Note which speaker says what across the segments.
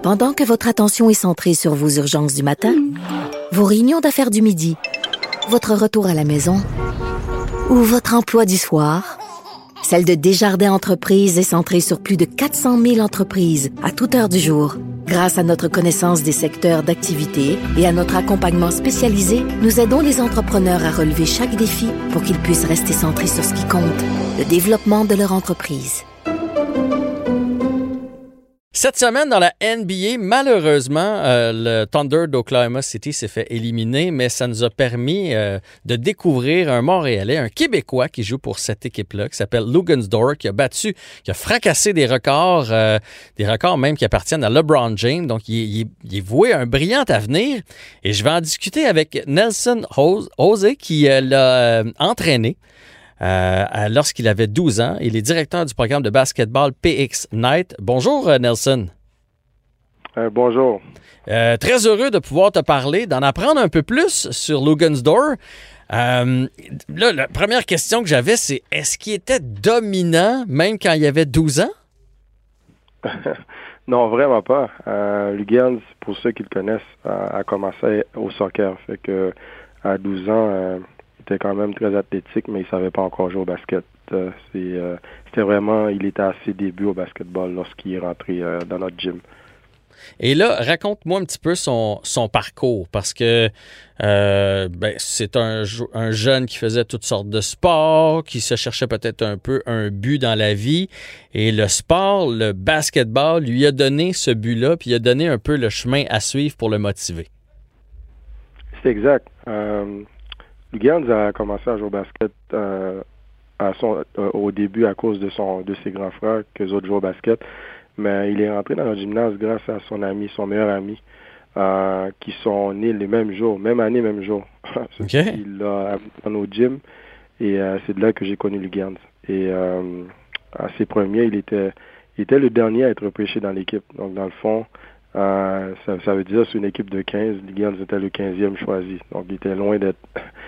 Speaker 1: Pendant que votre attention est centrée sur vos urgences du matin, vos réunions d'affaires du midi, votre retour à la maison ou votre emploi du soir, celle de Desjardins Entreprises est centrée sur plus de 400 000 entreprises à toute heure du jour. Grâce à notre connaissance des secteurs d'activité et à notre accompagnement spécialisé, nous aidons les entrepreneurs à relever chaque défi pour qu'ils puissent rester centrés sur ce qui compte, le développement de leur entreprise.
Speaker 2: Cette semaine, dans la NBA, malheureusement, le Thunder d'Oklahoma City s'est fait éliminer, mais ça nous a permis de découvrir un Montréalais, un Québécois qui joue pour cette équipe-là, qui s'appelle Lugunsdorf, qui a fracassé des records même qui appartiennent à LeBron James. Donc, il est voué à un brillant avenir. Et je vais en discuter avec Nelson Jose, qui l'a entraîné. Lorsqu'il avait 12 ans. Il est directeur du programme de basketball PX Night. Bonjour, Nelson.
Speaker 3: Bonjour.
Speaker 2: Très heureux de pouvoir te parler, d'en apprendre un peu plus sur Lugunsdorf. Là, la première question que j'avais, c'est est-ce qu'il était dominant même quand il avait 12 ans?
Speaker 3: Non, vraiment pas. Lugans, pour ceux qui le connaissent, a commencé au soccer. Fait que à 12 ans, il était quand même très athlétique, mais il savait pas encore jouer au basket. C'était vraiment, il était à ses débuts au basketball lorsqu'il est rentré dans notre gym.
Speaker 2: Et là, raconte-moi un petit peu son parcours, parce que c'est un jeune qui faisait toutes sortes de sports, qui se cherchait peut-être un peu un but dans la vie, et le sport, le basketball, lui a donné ce but-là, puis il a donné un peu le chemin à suivre pour le motiver.
Speaker 3: C'est exact. Lugans a commencé à jouer au basket au début à cause de ses grands frères, qu'eux autres jouent au basket. Mais il est rentré dans le gymnase grâce à son meilleur ami, qui sont nés le même jour, même année, même jour.
Speaker 2: Okay.
Speaker 3: Il l'a amené dans nos gyms et c'est de là que j'ai connu Lugans. Et à ses premiers, il était le dernier à être repêché dans l'équipe. Donc dans le fond, ça veut dire sur une équipe de 15, Lugans était le 15e choisi. Donc il était loin d'être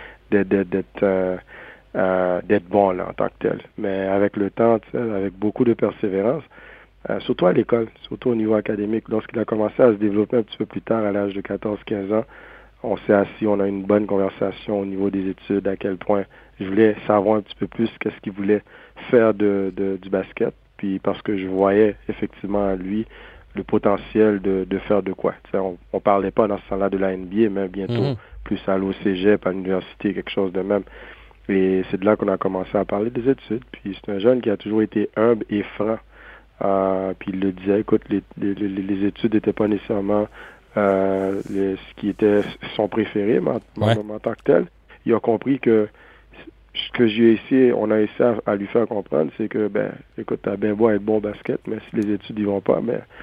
Speaker 3: bon là, en tant que tel. Mais avec le temps, avec beaucoup de persévérance, surtout à l'école, surtout au niveau académique, lorsqu'il a commencé à se développer un petit peu plus tard, à l'âge de 14-15 ans, on s'est assis, on a eu une bonne conversation au niveau des études, à quel point je voulais savoir un petit peu plus qu'est-ce qu'il voulait faire du basket, puis parce que je voyais effectivement à lui le potentiel de faire de quoi. On parlait pas dans ce temps-là de la NBA, mais bientôt plus aller au cégep, à l'université, quelque chose de même. Et c'est de là qu'on a commencé à parler des études. Puis c'est un jeune qui a toujours été humble et franc. Puis il le disait, écoute, les études n'étaient pas nécessairement ce qui était son préféré, mais en tant que tel. Il a compris que ce que on a essayé à lui faire comprendre, c'est que, écoute, t'as bien beau être bon au basket, mais si les études n'y vont pas,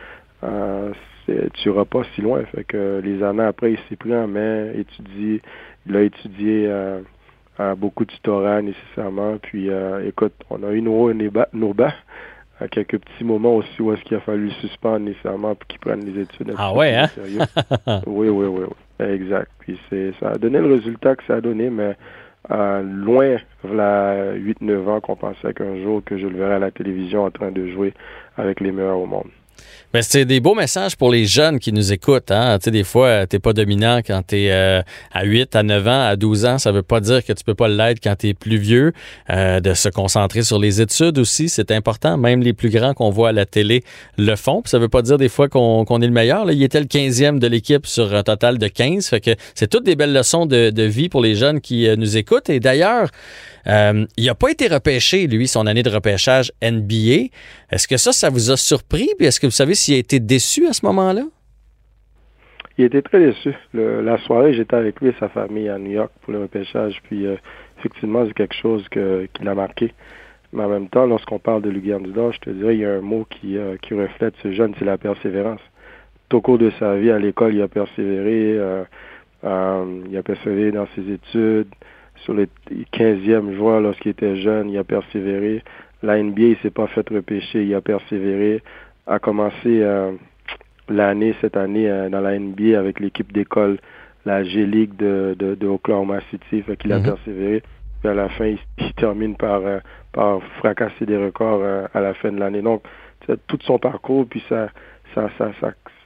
Speaker 3: tu n'iras pas si loin. Fait que les années après, il s'est pris en main, il a étudié beaucoup de tutorat nécessairement. Puis, écoute, on a eu nos bas. À quelques petits moments aussi où est-ce qu'il a fallu le suspendre nécessairement pour qu'il prenne les études.
Speaker 2: Ah ouais, hein?
Speaker 3: Sérieux. Oui. Exact. Puis ça a donné le résultat que ça a donné, mais loin, voilà 8-9 ans qu'on pensait qu'un jour que je le verrais à la télévision en train de jouer avec les meilleurs au monde.
Speaker 2: Mais c'est des beaux messages pour les jeunes qui nous écoutent. Hein? Tu sais, des fois, t'es pas dominant quand t'es à 8, à 9 ans, à 12 ans. Ça veut pas dire que tu peux pas l'être quand t'es plus vieux. De se concentrer sur les études aussi, c'est important. Même les plus grands qu'on voit à la télé le font. Puis ça veut pas dire des fois qu'on est le meilleur. Là, il était le 15e de l'équipe sur un total de 15. Fait que c'est toutes des belles leçons de vie pour les jeunes qui nous écoutent. Et d'ailleurs, il n'a pas été repêché, lui, son année de repêchage NBA. Est-ce que ça vous a surpris? Puis est-ce que vous savez s'il a été déçu à ce moment-là?
Speaker 3: Il était très déçu. La soirée, j'étais avec lui et sa famille à New York pour le repêchage. Puis effectivement, c'est quelque chose qui l'a marqué. Mais en même temps, lorsqu'on parle de Lugunsdorf, je te dirais, il y a un mot qui reflète ce jeune, c'est la persévérance. Tout au cours de sa vie à l'école, il a persévéré. Il a persévéré dans ses études. Sur les 15e joueurs, lorsqu'il était jeune, il a persévéré. La NBA, il s'est pas fait repêcher, il a persévéré. A commencé cette année dans la NBA avec l'équipe d'école, la G-League de Oklahoma City. Fait qu'il a persévéré. Puis à la fin, il termine par fracasser des records à la fin de l'année. Donc, tout son parcours, puis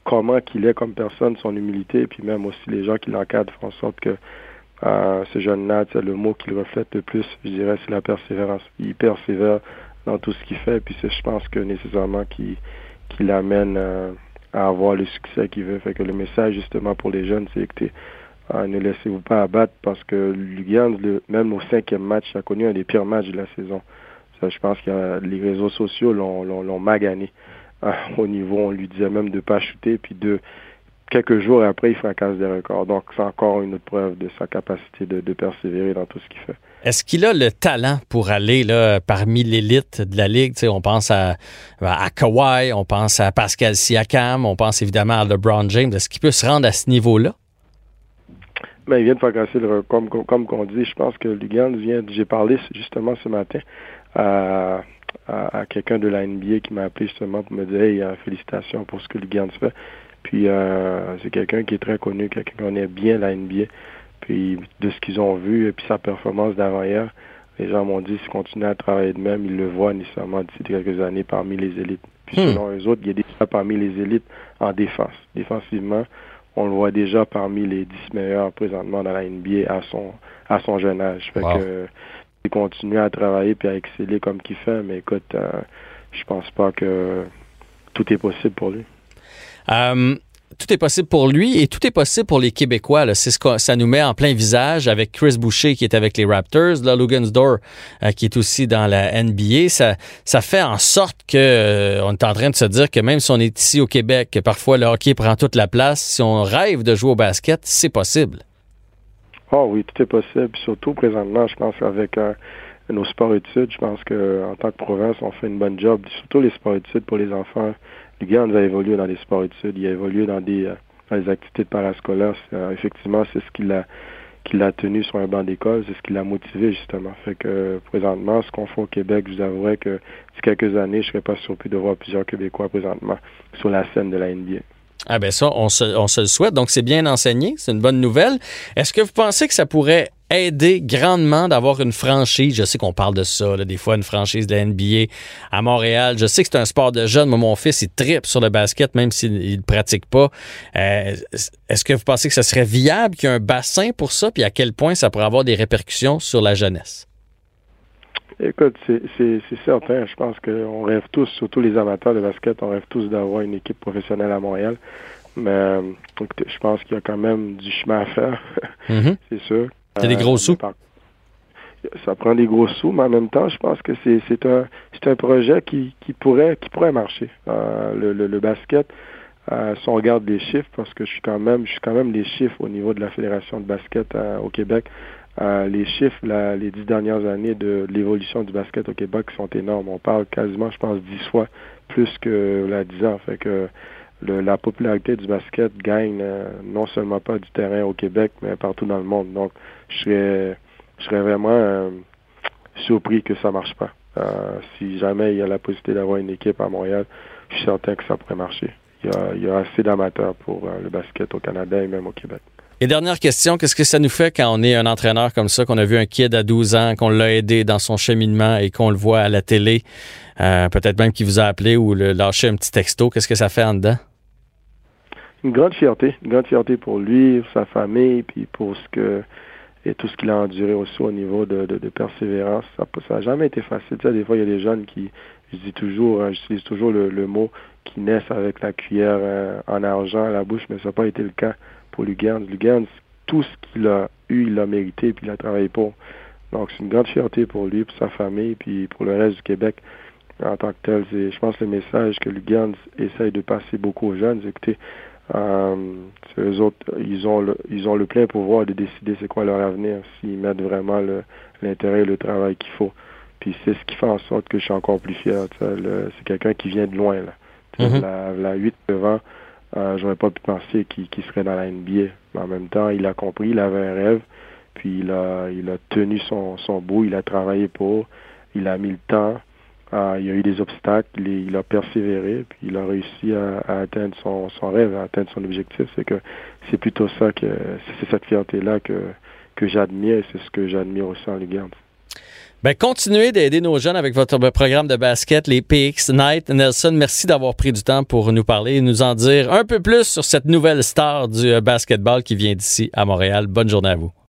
Speaker 3: comment qu'il est comme personne, son humilité, et puis même aussi les gens qui l'encadrent font en sorte que ce jeune-là, le mot qu'il reflète le plus, je dirais, c'est la persévérance. Il persévère dans tout ce qu'il fait, puis c'est, je pense que nécessairement qui l'amène à avoir le succès qu'il veut. Fait que le message, justement, pour les jeunes, c'est que ne laissez-vous pas abattre, parce que Lugans, même au 5e match, a connu un des pires matchs de la saison. Ça, je pense que les réseaux sociaux l'ont magané. Au niveau, on lui disait même de ne pas shooter, puis quelques jours après, il fracasse des records. Donc, c'est encore une autre preuve de sa capacité de persévérer dans tout ce qu'il fait.
Speaker 2: Est-ce qu'il a le talent pour aller là, parmi l'élite de la Ligue? T'sais, on pense à Kawhi, on pense à Pascal Siakam, on pense évidemment à LeBron James. Est-ce qu'il peut se rendre à ce niveau-là?
Speaker 3: Ben, il vient de fracasser le record, comme qu'on dit. Je pense que Lugans j'ai parlé justement ce matin à quelqu'un de la NBA qui m'a appelé justement pour me dire « Hey, félicitations pour ce que Lugans fait ». Puis c'est quelqu'un qui est très connu, quelqu'un qui connaît bien la NBA. Puis de ce qu'ils ont vu, et puis sa performance d'avant-hier, les gens m'ont dit s'il continue à travailler de même, ils le voient nécessairement d'ici quelques années parmi les élites. Puis selon eux autres, il y a déjà parmi les élites en défense. Défensivement, on le voit déjà parmi les 10 meilleurs présentement dans la NBA à son jeune âge. Fait que il continue à travailler puis à exceller comme qu'il fait, mais écoute, je pense pas que tout est possible pour lui.
Speaker 2: Tout est possible pour lui et tout est possible pour les Québécois. Là. C'est ce que ça nous met en plein visage avec Chris Boucher qui est avec les Raptors, là, Lugansdor qui est aussi dans la NBA. Ça fait en sorte que on est en train de se dire que même si on est ici au Québec, que parfois le hockey prend toute la place, si on rêve de jouer au basket, c'est possible.
Speaker 3: Oh oui, tout est possible. Puis surtout présentement, je pense qu'avec nos sports-études, je pense qu'en tant que province, on fait une bonne job. Surtout les sports-études pour les enfants. Lugans a évolué dans les sports-études, il a évolué dans les activités de parascolaires. Effectivement, c'est ce qui l'a tenu sur un banc d'école, c'est ce qui l'a motivé justement. Fait que présentement, ce qu'on fait au Québec, je vous avouerais que d'ici quelques années, je serais pas surpris de voir plusieurs Québécois présentement sur la scène de la NBA.
Speaker 2: Ah ben ça, on se le souhaite. Donc, c'est bien enseigné. C'est une bonne nouvelle. Est-ce que vous pensez que ça pourrait aider grandement d'avoir une franchise? Je sais qu'on parle de ça, là, des fois, une franchise de la NBA à Montréal. Je sais que c'est un sport de jeunes. Moi, mon fils, il trippe sur le basket, même s'il ne le pratique pas. Est-ce que vous pensez que ce serait viable qu'il y ait un bassin pour ça? Puis à quel point ça pourrait avoir des répercussions sur la jeunesse?
Speaker 3: Écoute, c'est certain. Je pense qu'on rêve tous, surtout les amateurs de basket, on rêve tous d'avoir une équipe professionnelle à Montréal. Mais je pense qu'il y a quand même du chemin à faire. C'est sûr.
Speaker 2: C'est des gros sous.
Speaker 3: Ça prend des gros sous, mais en même temps, je pense que c'est un projet qui pourrait marcher. Le basket, si on regarde les chiffres, parce que je suis quand même les chiffres au niveau de la Fédération de basket au Québec. Les chiffres, les 10 dernières années de l'évolution du basket au Québec sont énormes. On parle quasiment, je pense, 10 fois plus que la 10 ans. Fait que la popularité du basket gagne non seulement pas du terrain au Québec, mais partout dans le monde. Donc, je serais vraiment surpris que ça marche pas. Si jamais il y a la possibilité d'avoir une équipe à Montréal, je suis certain que ça pourrait marcher. Il y a assez d'amateurs pour le basket au Canada et même au Québec.
Speaker 2: Et dernière question, qu'est-ce que ça nous fait quand on est un entraîneur comme ça, qu'on a vu un kid à 12 ans, qu'on l'a aidé dans son cheminement et qu'on le voit à la télé, peut-être même qu'il vous a appelé ou lâché un petit texto, qu'est-ce que ça fait en dedans?
Speaker 3: Une grande fierté pour lui, pour sa famille, puis pour tout ce qu'il a enduré aussi au niveau de persévérance. Ça n'a jamais été facile. Tu sais, des fois, il y a des jeunes j'utilise toujours le mot qui naissent avec la cuillère en argent à la bouche, mais ça n'a pas été le cas pour Lugans. Lugans, tout ce qu'il a eu, il l'a mérité, puis il a travaillé pour. Donc, c'est une grande fierté pour lui, pour sa famille, puis pour le reste du Québec en tant que tel. Je pense que le message que Lugans essaye de passer beaucoup aux jeunes, c'est écoutez, eux autres, ils ont le plein pouvoir de décider c'est quoi leur avenir, s'ils mettent vraiment l'intérêt et le travail qu'il faut. Puis c'est ce qui fait en sorte que je suis encore plus fier. C'est quelqu'un qui vient de loin, là. La 8-9 ans, j'aurais pas pu penser qu'il serait dans la NBA. Mais en même temps, il a compris, il avait un rêve, puis il a tenu son bout, il a travaillé pour, il a mis le temps, il y a eu des obstacles, il a persévéré, puis il a réussi à atteindre son rêve, à atteindre son objectif. C'est plutôt ça c'est cette fierté-là que j'admire, et c'est ce que j'admire aussi en Lugans.
Speaker 2: Ben, continuez d'aider nos jeunes avec votre programme de basket, les PX Night. Nelson, merci d'avoir pris du temps pour nous parler et nous en dire un peu plus sur cette nouvelle star du basketball qui vient d'ici à Montréal. Bonne journée à vous.